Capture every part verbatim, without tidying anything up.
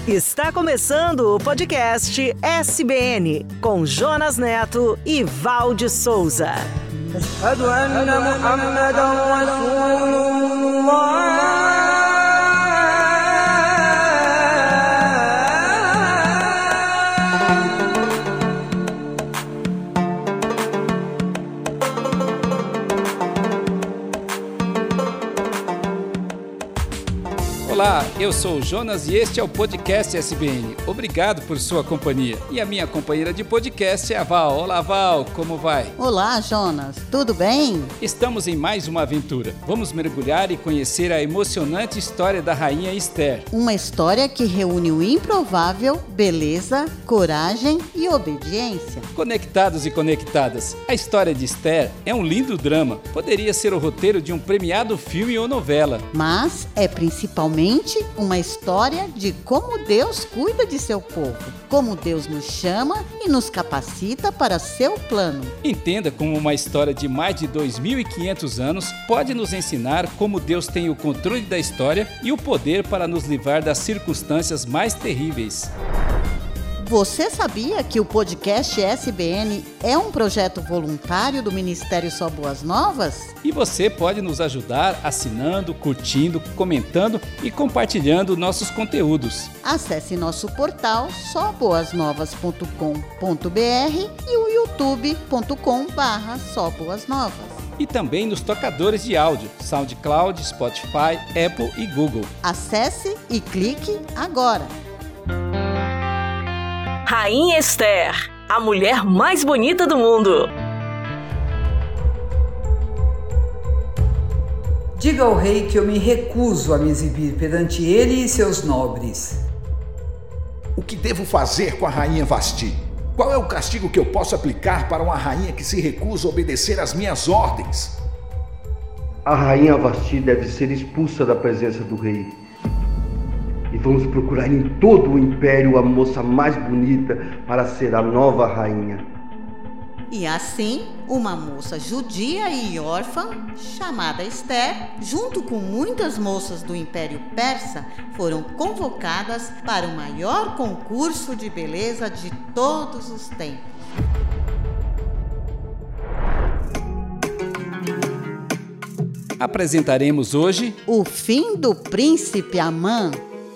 Está começando o podcast S B N, com Jonas Neto e Valde Souza. Ashhadu anna Muhammadan Rasulullah. Olá, eu sou o Jonas e este é o podcast S B N. Obrigado por sua companhia. E a minha companheira de podcast é a Val. Olá, Val, como vai? Olá, Jonas, tudo bem? Estamos em mais uma aventura. Vamos mergulhar e conhecer a emocionante história da rainha Esther. Uma história que reúne o improvável, beleza, coragem e obediência. Conectados e conectadas, a história de Esther é um lindo drama. Poderia ser o roteiro de um premiado filme ou novela. Mas é principalmente uma história de como Deus cuida de seu povo, como Deus nos chama e nos capacita para seu plano. Entenda como uma história de mais de dois mil e quinhentos anos pode nos ensinar como Deus tem o controle da história e o poder para nos livrar das circunstâncias mais terríveis. Você sabia que o podcast S B N é um projeto voluntário do Ministério Só Boas Novas? E você pode nos ajudar assinando, curtindo, comentando e compartilhando nossos conteúdos. Acesse nosso portal só boas novas ponto com ponto b r e o youtube ponto com barra só boas novas. E também nos tocadores de áudio, SoundCloud, Spotify, Apple e Google. Acesse e clique agora. Rainha Esther, a mulher mais bonita do mundo. Diga ao rei que eu me recuso a me exibir perante ele e seus nobres. O que devo fazer com a rainha Vasti? Qual é o castigo que eu posso aplicar para uma rainha que se recusa a obedecer às minhas ordens? A rainha Vasti deve ser expulsa da presença do rei. E vamos procurar em todo o império a moça mais bonita para ser a nova rainha. E assim, uma moça judia e órfã, chamada Esther, junto com muitas moças do Império Persa, foram convocadas para o maior concurso de beleza de todos os tempos. Apresentaremos hoje O fim do príncipe Amã.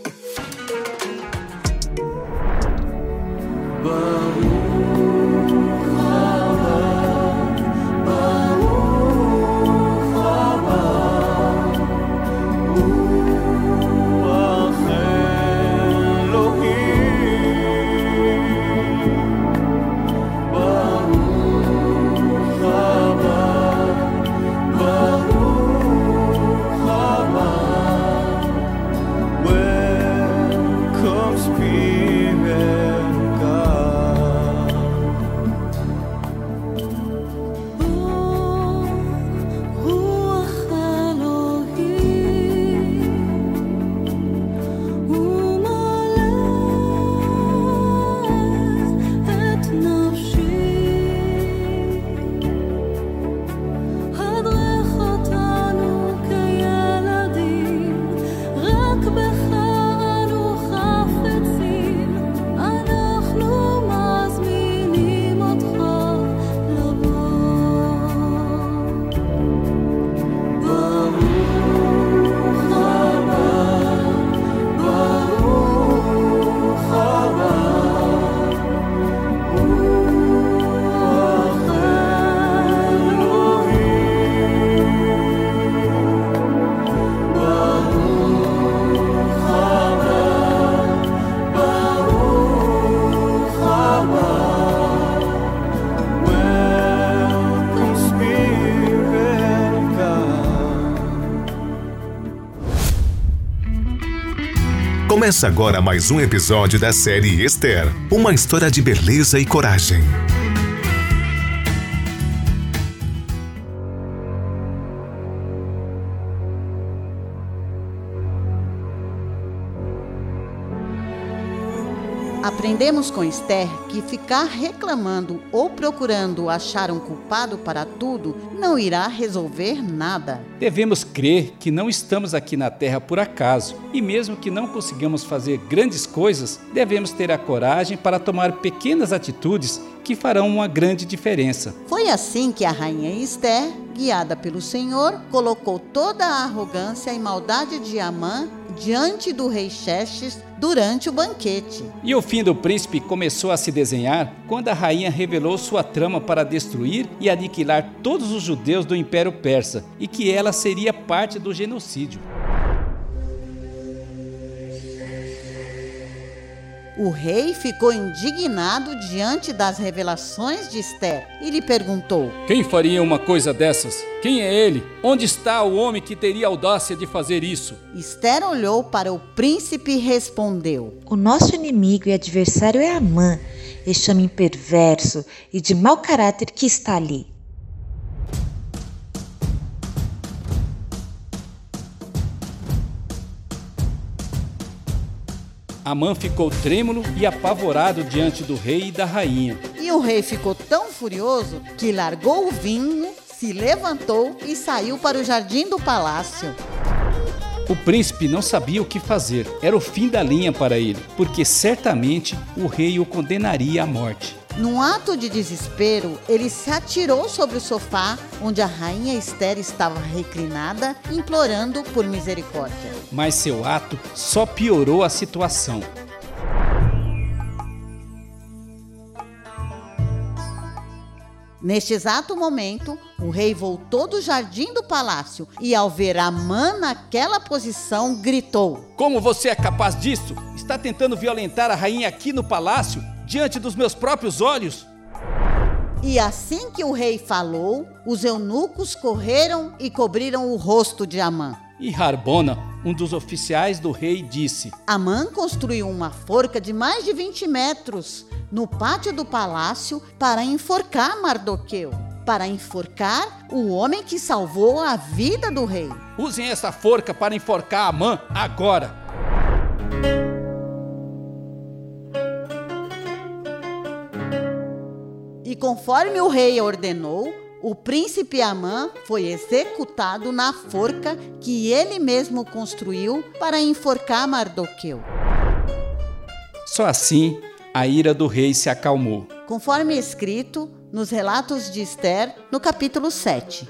Começa agora mais um episódio da série Esther, uma história de beleza e coragem. Aprendemos com Esther que ficar reclamando ou procurando achar um culpado para tudo não irá resolver nada. Devemos crer que não estamos aqui na Terra por acaso, e mesmo que não consigamos fazer grandes coisas, devemos ter a coragem para tomar pequenas atitudes que farão uma grande diferença. Foi assim que a rainha Esther, guiada pelo Senhor, colocou toda a arrogância e maldade de Amã diante do rei Xerxes durante o banquete. E o fim do príncipe começou a se desenhar quando a rainha revelou sua trama para destruir e aniquilar todos os judeus do Império Persa e que ela seria parte do genocídio. O rei ficou indignado diante das revelações de Esther e lhe perguntou: Quem faria uma coisa dessas? Quem é ele? Onde está o homem que teria audácia de fazer isso? Esther olhou para o príncipe e respondeu: O nosso inimigo e adversário é Amã, este homem perverso e de mau caráter que está ali. Amã ficou trêmulo e apavorado diante do rei e da rainha. E o rei ficou tão furioso que largou o vinho, se levantou e saiu para o jardim do palácio. O príncipe não sabia o que fazer. Era o fim da linha para ele, porque certamente o rei o condenaria à morte. Num ato de desespero, ele se atirou sobre o sofá onde a rainha Esther estava reclinada, implorando por misericórdia. Mas seu ato só piorou a situação. Neste exato momento, o rei voltou do jardim do palácio e, ao ver Amã naquela posição, gritou: Como você é capaz disso? Está tentando violentar a rainha aqui no palácio, diante dos meus próprios olhos? E assim que o rei falou, os eunucos correram e cobriram o rosto de Amã. E Harbona, um dos oficiais do rei, disse: Amã construiu uma forca de mais de vinte metros no pátio do palácio para enforcar Mardoqueu, para enforcar o homem que salvou a vida do rei. Usem essa forca para enforcar Amã agora. E conforme o rei ordenou, o príncipe Amã foi executado na forca que ele mesmo construiu para enforcar Mardoqueu. Só assim, a ira do rei se acalmou. Conforme escrito nos relatos de Esther, no capítulo sete.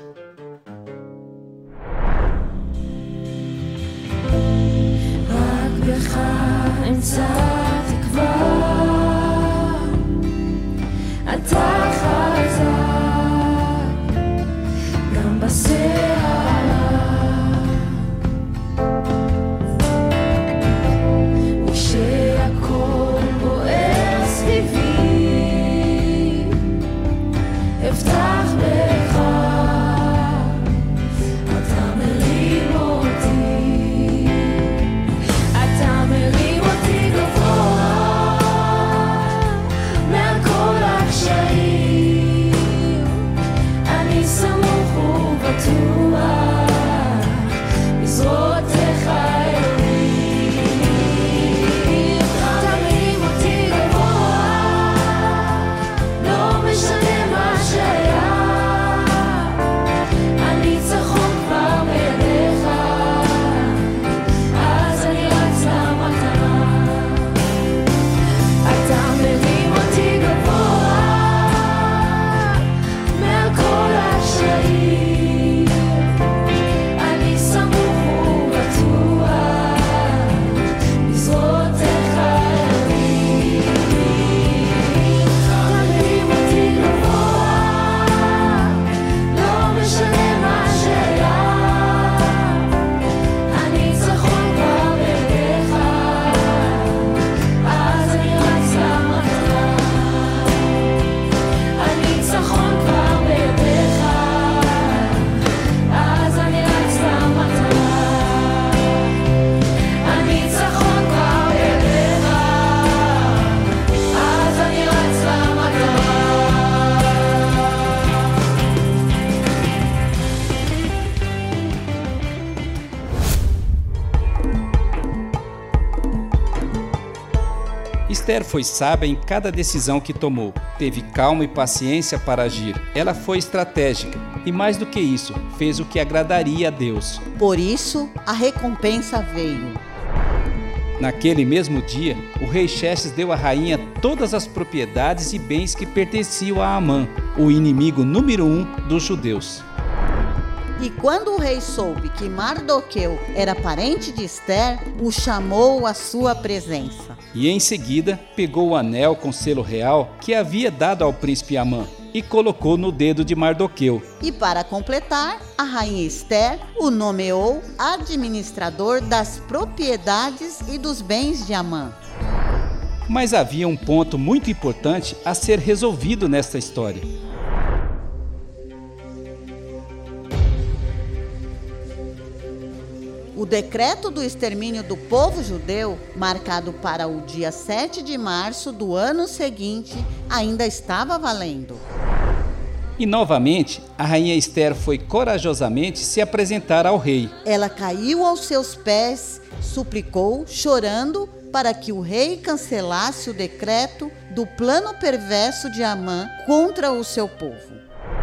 אתה מרים אותי גבוה Esther foi sábia em cada decisão que tomou. Teve calma e paciência para agir. Ela foi estratégica e, mais do que isso, fez o que agradaria a Deus. Por isso, a recompensa veio. Naquele mesmo dia, o rei Xerxes deu à rainha todas as propriedades e bens que pertenciam a Amã, o inimigo número um dos judeus. E quando o rei soube que Mardoqueu era parente de Esther, o chamou à sua presença. E em seguida, pegou o anel com selo real que havia dado ao príncipe Amã e colocou no dedo de Mardoqueu. E para completar, a rainha Esther o nomeou administrador das propriedades e dos bens de Amã. Mas havia um ponto muito importante a ser resolvido nesta história. O decreto do extermínio do povo judeu, marcado para o dia sete de março do ano seguinte, ainda estava valendo. E novamente, a rainha Esther foi corajosamente se apresentar ao rei. Ela caiu aos seus pés, suplicou, chorando, para que o rei cancelasse o decreto do plano perverso de Amã contra o seu povo.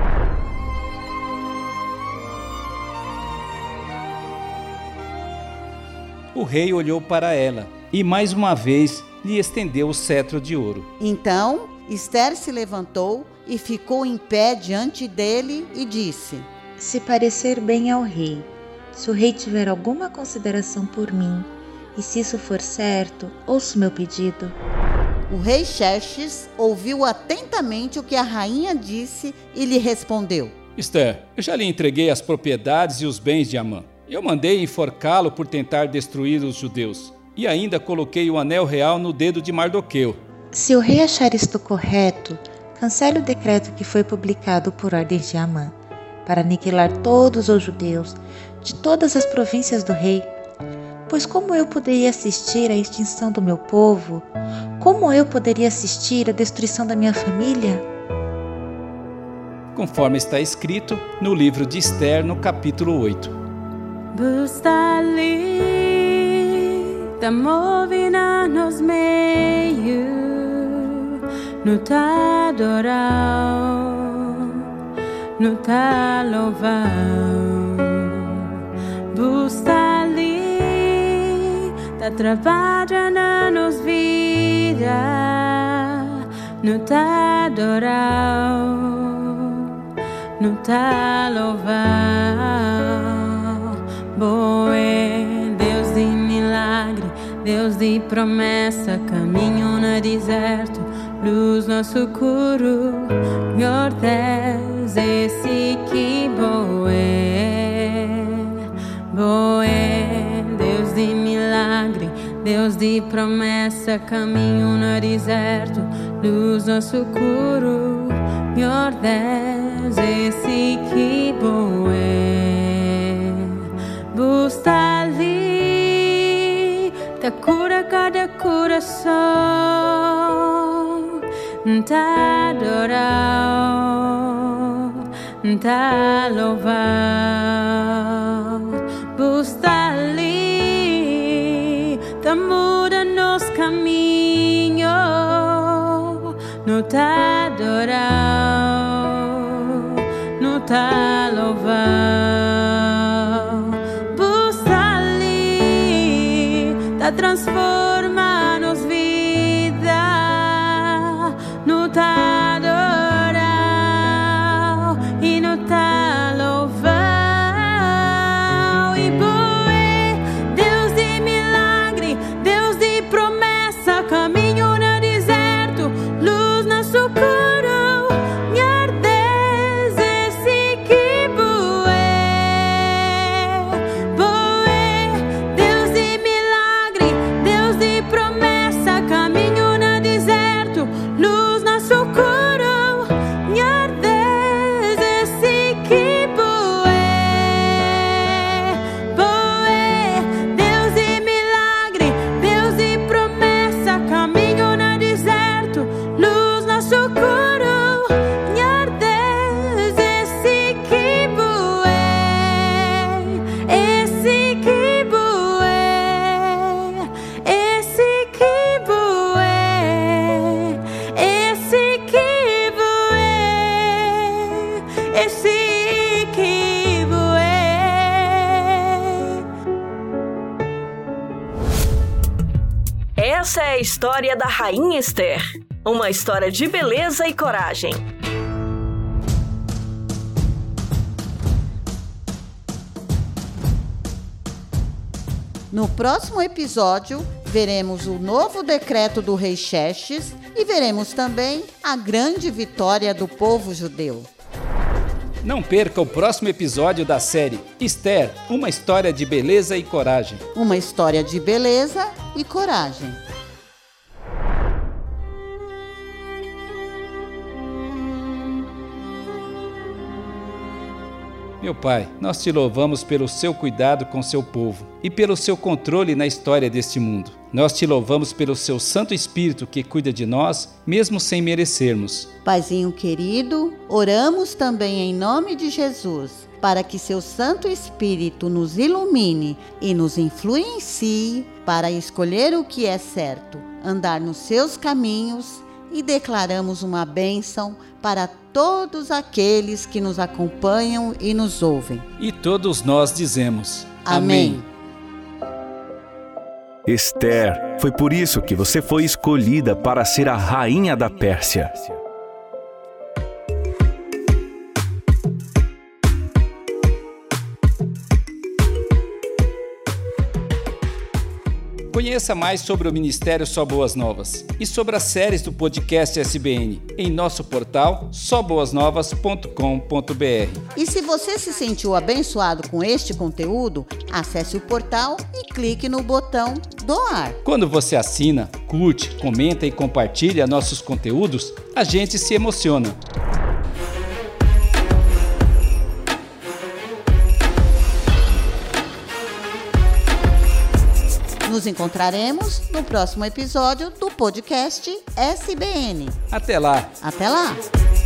O rei olhou para ela e mais uma vez lhe estendeu o cetro de ouro. Então, Esther se levantou e ficou em pé diante dele e disse: Se parecer bem ao rei, se o rei tiver alguma consideração por mim, e se isso for certo, ouça o meu pedido. O rei Xerxes ouviu atentamente o que a rainha disse e lhe respondeu: Esther, eu já lhe entreguei as propriedades e os bens de Amã. Eu mandei enforcá-lo por tentar destruir os judeus. E ainda coloquei o anel real no dedo de Mardoqueu. Se o rei achar isto correto, cancele o decreto que foi publicado por ordem de Amã, para aniquilar todos os judeus de todas as províncias do rei. Pois como eu poderia assistir à extinção do meu povo? Como eu poderia assistir à destruição da minha família? Conforme está escrito no livro de Esther, no capítulo oito. Bustali tamovina nos meio no ta adorau no ta louvau Bustali ta trabalha na nos vida no ta adorau no ta louvau Boé, Deus de milagre, Deus de promessa, caminho no deserto, luz no socorro, meu Deus, esse que boé, boé, Deus de milagre, Deus de promessa, caminho no deserto, luz no socorro, meu Deus, esse que boé. Bustali, ta cura cada coração, ta adorau, ta louvau. Bustali, ta muda nos caminhos, no ta adorau, no ta louvau. Transforma-nos vida no ta adorar e no ta louvar. E boé, Deus de milagre, Deus de promessa, caminho no deserto, luz no socorro, minha Deus, esse que boé, boé, Deus de promessa, caminho no deserto, luz no socorro, minha Deus, esse que boé, boé, Deus de milagre, Deus de promessa, caminho Essa é a história da Rainha Esther, uma história de beleza e coragem. No próximo episódio, veremos o novo decreto do rei Xerxes e veremos também a grande vitória do povo judeu. Não perca o próximo episódio da série Esther, uma história de beleza e coragem. Uma história de beleza e coragem. Meu Pai, nós te louvamos pelo seu cuidado com seu povo e pelo seu controle na história deste mundo. Nós te louvamos pelo seu Santo Espírito que cuida de nós, mesmo sem merecermos. Paizinho querido, oramos também em nome de Jesus, para que seu Santo Espírito nos ilumine e nos influencie para escolher o que é certo, andar nos seus caminhos, e declaramos uma bênção para todos aqueles que nos acompanham e nos ouvem. E todos nós dizemos Amém. Esther, foi por isso que você foi escolhida para ser a rainha da Pérsia. Conheça mais sobre o Ministério Só Boas Novas e sobre as séries do podcast S B N em nosso portal só boas novas ponto com ponto b r. E se você se sentiu abençoado com este conteúdo, acesse o portal e clique no botão doar. Quando você assina, curte, comenta e compartilha nossos conteúdos, a gente se emociona. Nos encontraremos no próximo episódio do podcast S B N. Até lá! Até lá!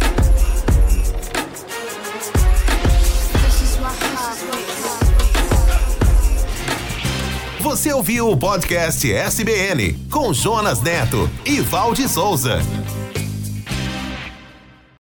Você ouviu o podcast S B N com Jonas Neto e Valde Souza.